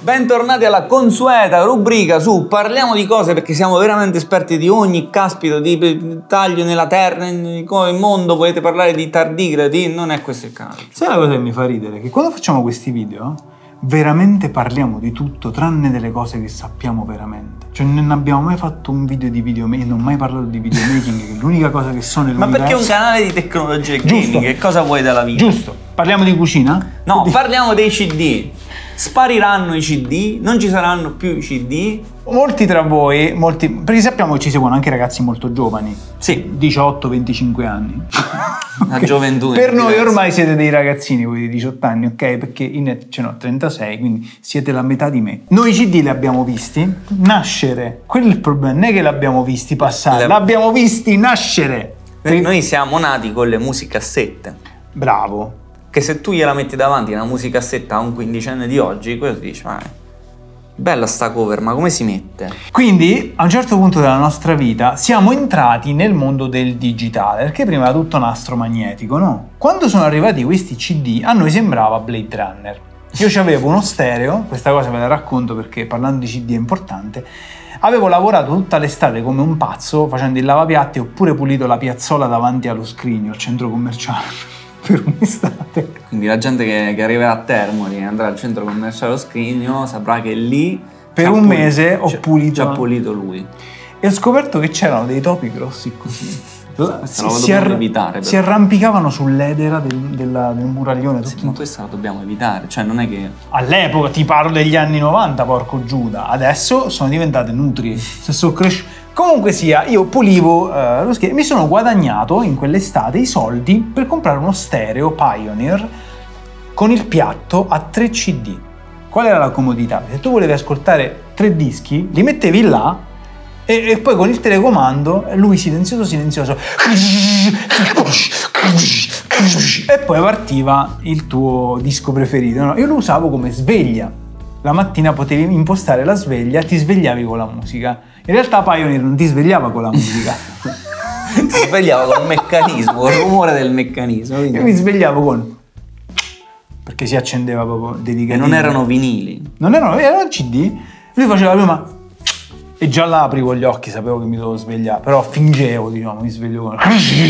Bentornati alla consueta rubrica su Parliamo di cose, perché siamo veramente esperti di ogni caspito di taglio nella terra, in come il mondo. Volete parlare di tardigradi? Non è questo il canale. Sai la cosa che mi fa ridere? Che quando facciamo questi video veramente parliamo di tutto tranne delle cose che sappiamo veramente. Cioè non abbiamo mai fatto un video di videomaking, non ho mai parlato di videomaking, che è l'unica cosa che so nell'universo. Ma perché è un canale di tecnologia e gaming? Che cosa vuoi dalla vita? Giusto. Parliamo di cucina? No, parliamo dei CD. Spariranno i CD, non ci saranno più i CD. Molti tra voi, perché sappiamo che ci seguono anche ragazzi molto giovani. Sì. 18-25 anni. La gioventù. Per noi ormai siete dei ragazzini, voi di 18 anni, ok? Perché ce n'ho 36, quindi siete la metà di me. Noi i CD li abbiamo visti nascere. Quello è il problema, non è che l'abbiamo visti passare, l'abbiamo visti nascere. Noi siamo nati con le musicassette. Bravo. Che se tu gliela metti davanti una musicassetta a un quindicenne di oggi, quello ti dice, ma bella sta cover, ma come si mette? Quindi a un certo punto della nostra vita siamo entrati nel mondo del digitale, perché prima era tutto nastro magnetico, no? Quando sono arrivati questi CD a noi sembrava Blade Runner. Io c'avevo uno stereo, questa cosa ve la racconto perché parlando di CD è importante. Avevo lavorato tutta l'estate come un pazzo facendo il lavapiatti, oppure pulito la piazzola davanti allo Scrigno, al centro commerciale. Per un'estate. Quindi la gente che arriverà a Termoli, andrà al centro commerciale Lo Scrigno, saprà che lì per un mese ho pulito. Ci ha pulito lui. E ho scoperto che c'erano dei topi grossi così. Evitare, si arrampicavano sull'edera del muraglione. Sì, ma questa la dobbiamo evitare, cioè non è che... All'epoca, ti parlo degli anni 90, porco Giuda, adesso sono diventate nutrie. Se sono cresciuto. Comunque sia, io pulivo lo schermo, mi sono guadagnato in quell'estate i soldi per comprare uno stereo Pioneer con il piatto a 3 CD. Qual era la comodità? Se tu volevi ascoltare 3 dischi, li mettevi là e poi con il telecomando lui silenzioso e poi partiva il tuo disco preferito, no? Io lo usavo come sveglia. La mattina potevi impostare la sveglia, ti svegliavi con la musica. In realtà Pioneer non ti svegliava con la musica. Ti svegliava con il meccanismo, con il rumore del meccanismo. Quindi... Io mi svegliavo con... perché si accendeva proprio dedicato. E non erano vinili. Non erano CD. Lui faceva prima... E già là aprivo gli occhi, sapevo che mi dovevo svegliare. Però fingevo, diciamo, mi sveglio con...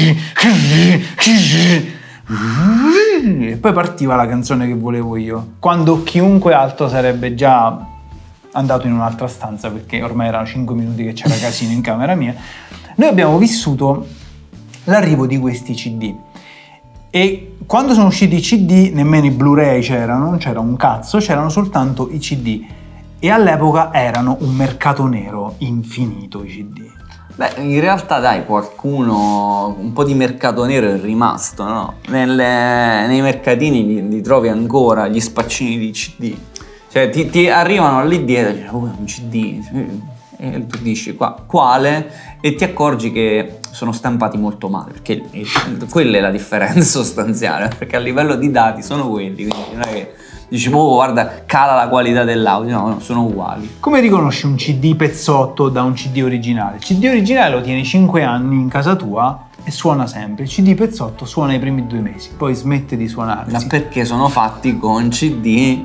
E poi partiva la canzone che volevo io, quando chiunque altro sarebbe già andato in un'altra stanza, perché ormai erano 5 minuti che c'era casino in camera mia. Noi abbiamo vissuto l'arrivo di questi CD e quando sono usciti i CD nemmeno i Blu-ray c'erano, non c'era un cazzo, c'erano soltanto i CD e all'epoca erano un mercato nero infinito i CD. Beh, in realtà dai, qualcuno, un po' di mercato nero è rimasto, no? Nei mercatini li trovi ancora, gli spaccini di CD. Cioè ti arrivano lì dietro e dici, oh, è un CD. E tu dici, quale? E ti accorgi che sono stampati molto male, perché quella è la differenza sostanziale, perché a livello di dati sono quelli, quindi non è che... Dici, oh guarda, cala la qualità dell'audio. No, sono uguali. Come riconosci un CD pezzotto da un CD originale? Il CD originale lo tieni 5 anni in casa tua e suona sempre. Il CD pezzotto suona i primi 2 mesi, poi smette di suonare. Ma perché sono fatti con CD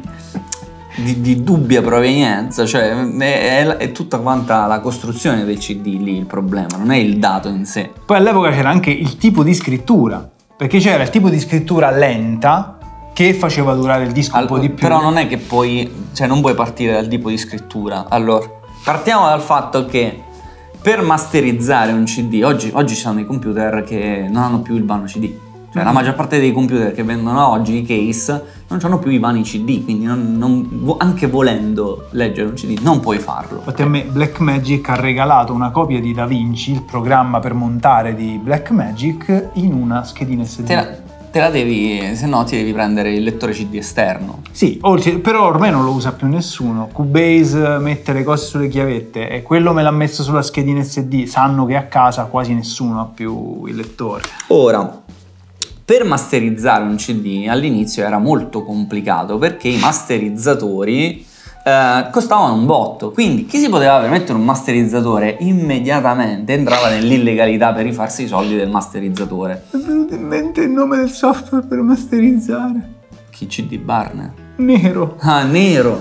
di dubbia provenienza, cioè è tutta quanta la costruzione del CD lì il problema, non è il dato in sé. Poi all'epoca c'era anche il tipo di scrittura, perché c'era il tipo di scrittura lenta che faceva durare il disco un po' di più. Però non è che non puoi partire dal tipo di scrittura. Allora, partiamo dal fatto che per masterizzare un CD, oggi ci sono i computer che non hanno più il vano CD. Cioè la maggior parte dei computer che vendono oggi, i case, non hanno più i vani CD, quindi anche volendo leggere un CD non puoi farlo. Infatti a me Blackmagic ha regalato una copia di DaVinci, il programma per montare di Blackmagic, in una schedina SD. Te la devi, se no ti devi prendere il lettore CD esterno. Sì, però ormai non lo usa più nessuno. Cubase mette le cose sulle chiavette e quello me l'ha messo sulla schedina SD. Sanno che a casa quasi nessuno ha più il lettore. Ora, per masterizzare un CD all'inizio era molto complicato perché i masterizzatori costavano un botto, quindi chi si poteva permettere un masterizzatore immediatamente entrava nell'illegalità per rifarsi i soldi del masterizzatore. Mi è venuto in mente il nome del software per masterizzare. Chi? CD Barner? Nero. Ah, Nero.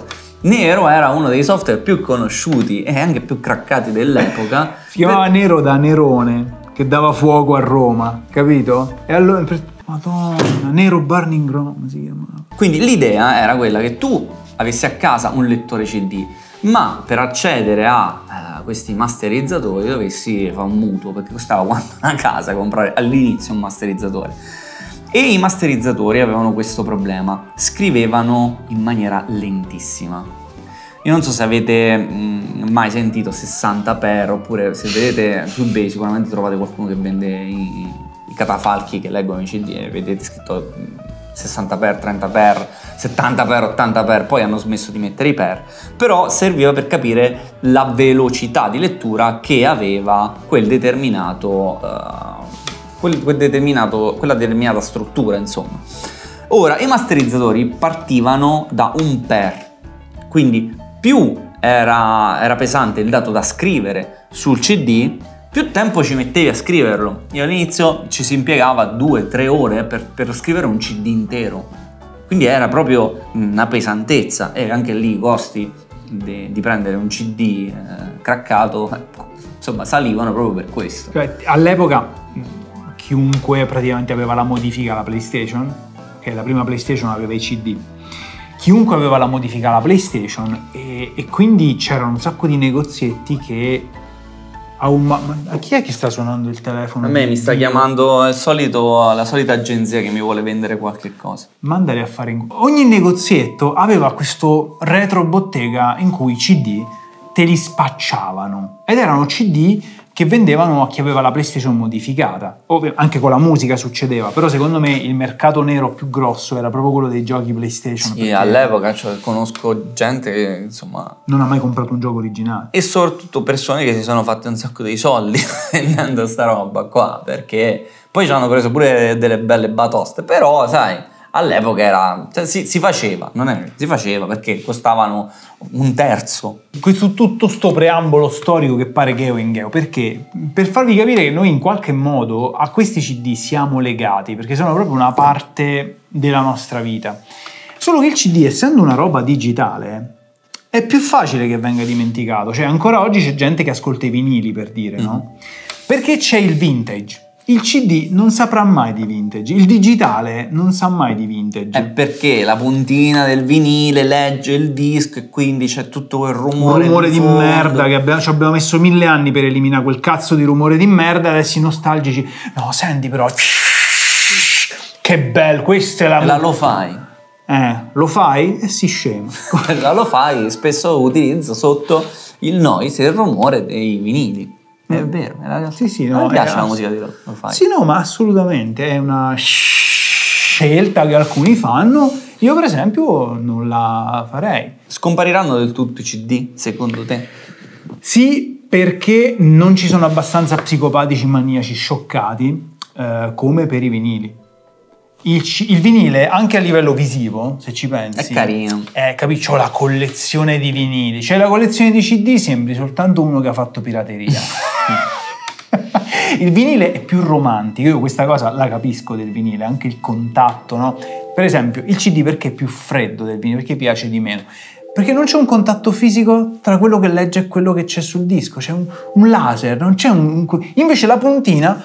Nero era uno dei software più conosciuti e anche più craccati dell'epoca. Si chiamava Nero da Nerone, che dava fuoco a Roma, capito? E allora, Madonna, Nero Burning Rome si chiamava. Quindi l'idea era quella che tu avessi a casa un lettore CD, ma per accedere a questi masterizzatori dovessi fare un mutuo, perché costava quanto una casa comprare all'inizio un masterizzatore. E i masterizzatori avevano questo problema, scrivevano in maniera lentissima. Io non so se avete mai sentito 60x, oppure se vedete su eBay sicuramente trovate qualcuno che vende i catafalchi che leggono i CD e vedete scritto 60x, 30x, 70x, 80x, poi hanno smesso di mettere i per, però serviva per capire la velocità di lettura che aveva quella determinata struttura, insomma. Ora, i masterizzatori partivano da un per, quindi più era pesante il dato da scrivere sul CD, più tempo ci mettevi a scriverlo. Io all'inizio ci si impiegava 2-3 ore per scrivere un CD intero, quindi era proprio una pesantezza, e anche lì i costi di prendere un CD craccato, insomma, salivano proprio per questo. Cioè, all'epoca chiunque praticamente aveva la modifica alla PlayStation, che la prima PlayStation aveva i CD, chiunque aveva la modifica alla PlayStation, e quindi c'erano un sacco di negozietti che ma chi è che sta suonando il telefono? A me mi sta chiamando la solita agenzia che mi vuole vendere qualche cosa. Mandali a fare ogni negozietto aveva questo retro bottega in cui i CD te li spacciavano, ed erano CD che vendevano a chi aveva la PlayStation modificata. Anche con la musica succedeva, però secondo me il mercato nero più grosso era proprio quello dei giochi PlayStation. Sì, all'epoca conosco gente che, insomma, non ha mai comprato un gioco originale. E soprattutto persone che si sono fatte un sacco dei soldi vendendo sta roba qua, perché poi ci hanno preso pure delle belle batoste, però sai, all'epoca era, cioè, si faceva, si faceva perché costavano un terzo. Questo tutto sto preambolo storico che pare gheo in gheo, perché per farvi capire che noi in qualche modo a questi CD siamo legati, perché sono proprio una parte della nostra vita. Solo che il CD, essendo una roba digitale, è più facile che venga dimenticato. Cioè ancora oggi c'è gente che ascolta i vinili, per dire, no? Perché c'è il vintage. Il CD non saprà mai di vintage, il digitale non sa mai di vintage. È perché la puntina del vinile legge il disco e quindi c'è tutto quel rumore di merda che ci abbiamo messo 1000 anni per eliminare quel cazzo di rumore di merda, adesso i nostalgici, no, senti però, che bello, questa è la lo-fi. Lo fai e si scema. La lo-fi spesso utilizzo sotto il noise e il rumore dei vinili. È vero, sì, no, mi piace la musica di lo-fi. Sì, no, ma assolutamente è una scelta che alcuni fanno. Io per esempio non la farei. Scompariranno del tutto i CD, secondo te? Sì, perché non ci sono abbastanza psicopatici maniaci scioccati come per i vinili. Il vinile, anche a livello visivo, se ci pensi, è carino. Capisci? C'ho la collezione di vinili. C'è la collezione di CD, sembri soltanto uno che ha fatto pirateria. Il vinile è più romantico, io questa cosa la capisco del vinile, anche il contatto, no? Per esempio, il CD perché è più freddo del vinile, perché piace di meno? Perché non c'è un contatto fisico tra quello che legge e quello che c'è sul disco, c'è un laser, non c'è invece la puntina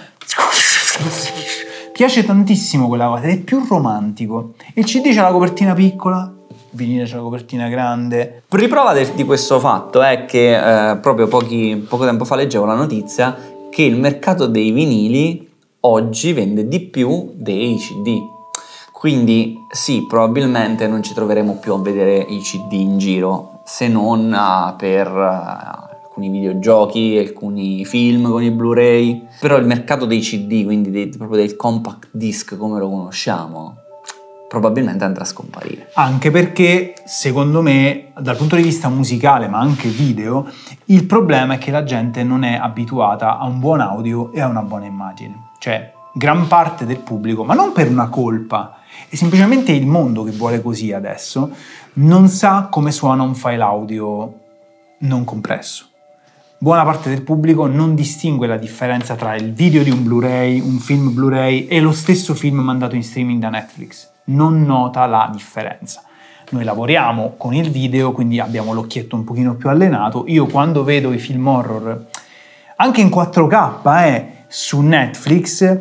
piace tantissimo quella cosa, è più romantico. Il CD c'ha la copertina piccola, il vinile c'ha la copertina grande. Riprova di questo fatto è che proprio poco tempo fa leggevo la notizia che il mercato dei vinili oggi vende di più dei CD. Quindi sì, probabilmente non ci troveremo più a vedere i CD in giro, se non per alcuni videogiochi, alcuni film con i Blu-ray, però il mercato dei CD, quindi proprio del compact disc come lo conosciamo, probabilmente andrà a scomparire. Anche perché, secondo me, dal punto di vista musicale, ma anche video, il problema è che la gente non è abituata a un buon audio e a una buona immagine. Cioè, gran parte del pubblico, ma non per una colpa, è semplicemente il mondo che vuole così adesso, non sa come suona un file audio non compresso. Buona parte del pubblico non distingue la differenza tra il video di un Blu-ray, un film Blu-ray e lo stesso film mandato in streaming da Netflix. Non nota la differenza. noi lavoriamo con il video, quindi abbiamo l'occhietto un pochino più allenato. Io quando vedo i film horror, anche in 4K, su Netflix,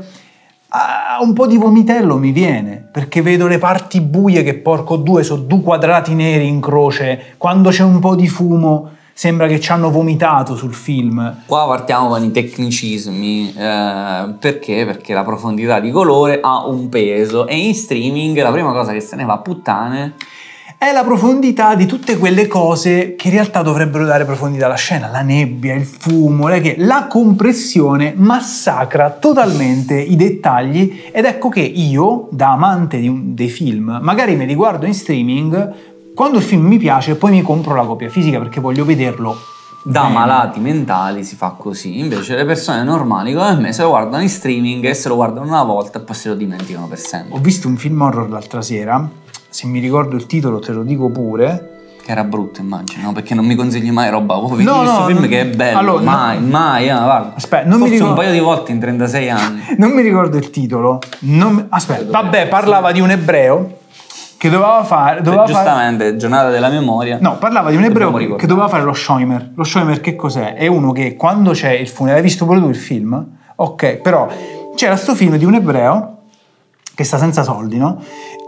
un po' di vomitello mi viene, perché vedo le parti buie che porco due, sono due quadrati neri in croce, quando c'è un po' di fumo sembra che ci hanno vomitato sul film. Qua partiamo con i tecnicismi, perché? Perché la profondità di colore ha un peso e in streaming la prima cosa che se ne va a puttane è la profondità di tutte quelle cose che in realtà dovrebbero dare profondità alla scena, la nebbia, il fumo, la compressione massacra totalmente i dettagli, ed ecco che io, da amante dei film, magari me li guardo in streaming, quando il film mi piace poi mi compro la copia fisica perché voglio vederlo. Da malati mentali si fa così, invece le persone normali come me se lo guardano in streaming e se lo guardano una volta e poi se lo dimenticano per sempre. Ho visto un film horror l'altra sera, se mi ricordo il titolo te lo dico pure. Che era brutto, immagino, no? Perché non mi consigli mai roba. Vedi questo film che è bello, allora, mai, guarda. Aspetta, non forse mi ricordo... un paio di volte in 36 anni. Non mi ricordo il titolo. Aspetta, vabbè, parlava di un ebreo che doveva fare... Giustamente, giornata della memoria. No, parlava di un ebreo che doveva fare lo shomer. Lo shomer che cos'è? È uno che quando c'è il funerale... Hai visto pure tu il film? Ok, però c'era sto film di un ebreo che sta senza soldi, no?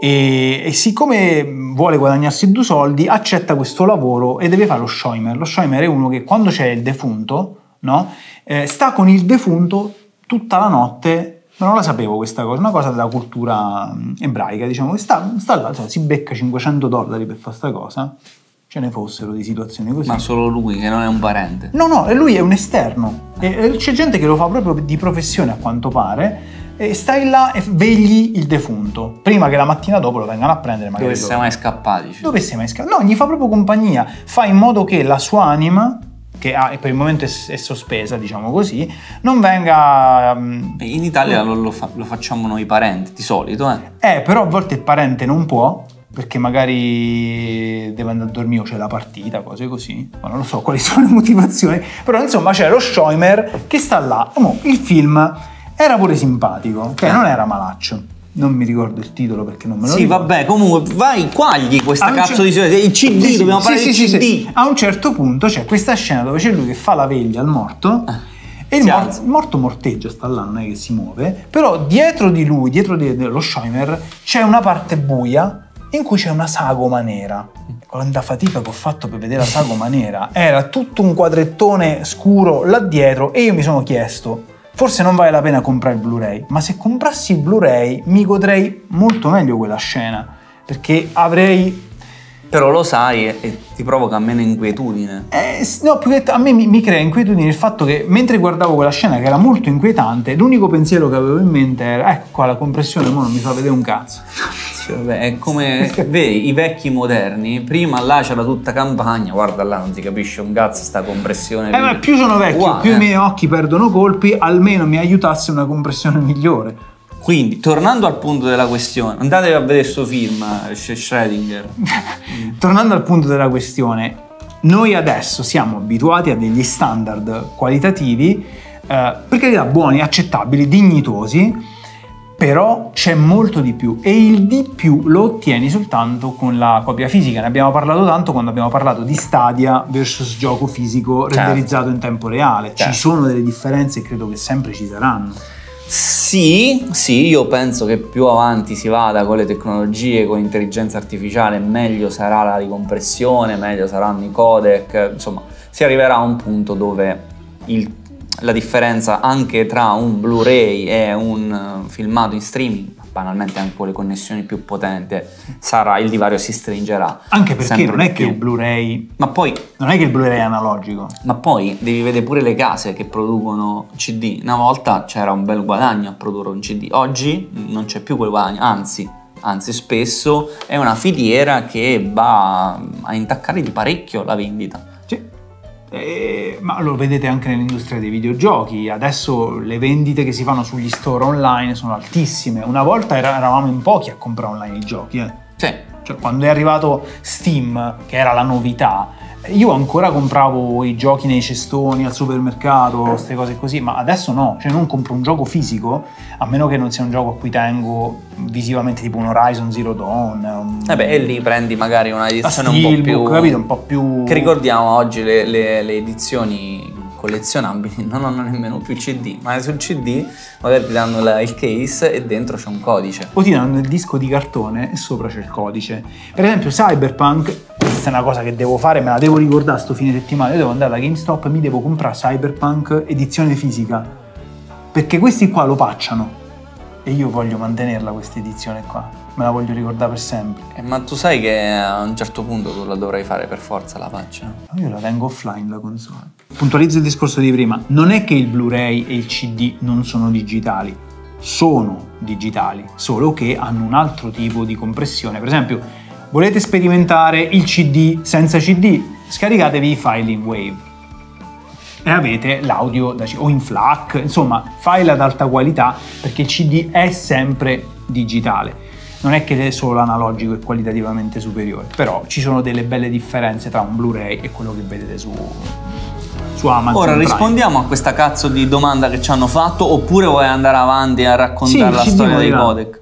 E siccome vuole guadagnarsi due soldi, accetta questo lavoro e deve fare lo shomer. Lo shomer è uno che quando c'è il defunto, no? Sta con il defunto tutta la notte. Ma non la sapevo questa cosa, una cosa della cultura ebraica, diciamo, che sta là, cioè, si becca $500 per fare sta cosa. Ce ne fossero di situazioni così. Ma solo lui, che non è un parente? No, e lui è un esterno. E c'è gente che lo fa proprio di professione, a quanto pare. E stai là e vegli il defunto prima che la mattina dopo lo vengano a prendere. Magari dovesse mai scappare. Dovesse mai scappare. No, gli fa proprio compagnia. Fa in modo che la sua anima, che per il momento è sospesa, diciamo così, non venga... In Italia lo facciamo noi parenti, di solito, però a volte il parente non può, perché magari deve andare a dormire o c'è la partita, cose così. Ma non lo so quali sono le motivazioni. Però insomma c'è lo shomer che sta là. Il film era pure simpatico, non era malaccio. Non mi ricordo il titolo perché non me lo ricordo. Vabbè, comunque vai, quagli questa cazzo di il CD, dobbiamo parlare del CD. Sì. A un certo punto c'è questa scena dove c'è lui che fa la veglia al morto e il morto morteggia, sta là, non è che si muove, però dietro di lui, dietro dello shomer, c'è una parte buia in cui c'è una sagoma nera. Quanta fatica che ho fatto per vedere la sagoma nera, era tutto un quadrettone scuro là dietro, e io mi sono chiesto, forse non vale la pena comprare il Blu-ray, ma se comprassi il Blu-ray mi godrei molto meglio quella scena, perché avrei... Però lo sai e ti provoca meno inquietudine. No, più che a me mi crea inquietudine il fatto che mentre guardavo quella scena che era molto inquietante, l'unico pensiero che avevo in mente era ecco qua la compressione, mo non mi fa vedere un cazzo. Vabbè, è come vedi i vecchi moderni, prima là c'era tutta campagna, guarda là non si capisce un cazzo sta compressione. Ma più sono vecchio, più i miei occhi perdono colpi, almeno mi aiutasse una compressione migliore. Quindi, tornando al punto della questione, andatevi a vedere questo film, Schrödinger. Tornando al punto della questione, noi adesso siamo abituati a degli standard qualitativi, per carità buoni, accettabili, dignitosi, però c'è molto di più, e il di più lo ottieni soltanto con la copia fisica. Ne abbiamo parlato tanto quando abbiamo parlato di Stadia versus gioco fisico renderizzato in tempo reale. Ci sono delle differenze e credo che sempre ci saranno. Sì, io penso che più avanti si vada con le tecnologie, con l'intelligenza artificiale, meglio sarà la ricompressione, meglio saranno i codec, insomma, si arriverà a un punto dove la differenza anche tra un Blu-ray e un filmato in streaming, banalmente anche con le connessioni più potenti, sarà, il divario si stringerà. Anche perché non è che il Blu-ray... Ma poi... Non è che il Blu-ray è analogico. Ma poi devi vedere pure le case che producono CD. Una volta c'era un bel guadagno a produrre un CD. Oggi non c'è più quel guadagno, anzi spesso è una filiera che va a intaccare di parecchio la vendita. Ma lo vedete anche nell'industria dei videogiochi. Adesso le vendite che si fanno sugli store online sono altissime. Una volta eravamo in pochi a comprare online i giochi. Sì. Cioè, quando è arrivato Steam, che era la novità, Io ancora compravo i giochi nei cestoni al supermercato, queste cose così, ma adesso no, cioè non compro un gioco fisico, a meno che non sia un gioco a cui tengo visivamente, tipo un Horizon Zero Dawn. E lì prendi magari una edizione un po' più... capito? Un po' più... Che ricordiamo oggi le edizioni collezionabili non hanno nemmeno più CD, ma sul CD magari ti danno il case e dentro c'è un codice. O ti danno il disco di cartone e sopra c'è il codice. Per esempio Cyberpunk, questa è una cosa che devo fare, me la devo ricordare sto fine settimana, io devo andare alla GameStop e mi devo comprare Cyberpunk edizione fisica, perché questi qua lo patchano e io voglio mantenerla questa edizione qua, me la voglio ricordare per sempre. Ma tu sai che a un certo punto tu la dovrai fare per forza la patch, no? Io la tengo offline la console. Puntualizzo il discorso di prima, non è che il Blu-ray e il CD non sono digitali, sono digitali, solo che hanno un altro tipo di compressione. Per esempio, volete sperimentare il CD senza CD? Scaricatevi i file in WAV e avete l'audio o in FLAC, insomma file ad alta qualità, perché il CD è sempre digitale. Non è che solo l'analogico è qualitativamente superiore, però ci sono delle belle differenze tra un Blu-ray e quello che vedete su Amazon Ora Prime. rispondiamo a questa cazzo di domanda che ci hanno fatto, oppure vuoi andare avanti a raccontare la storia dei codec?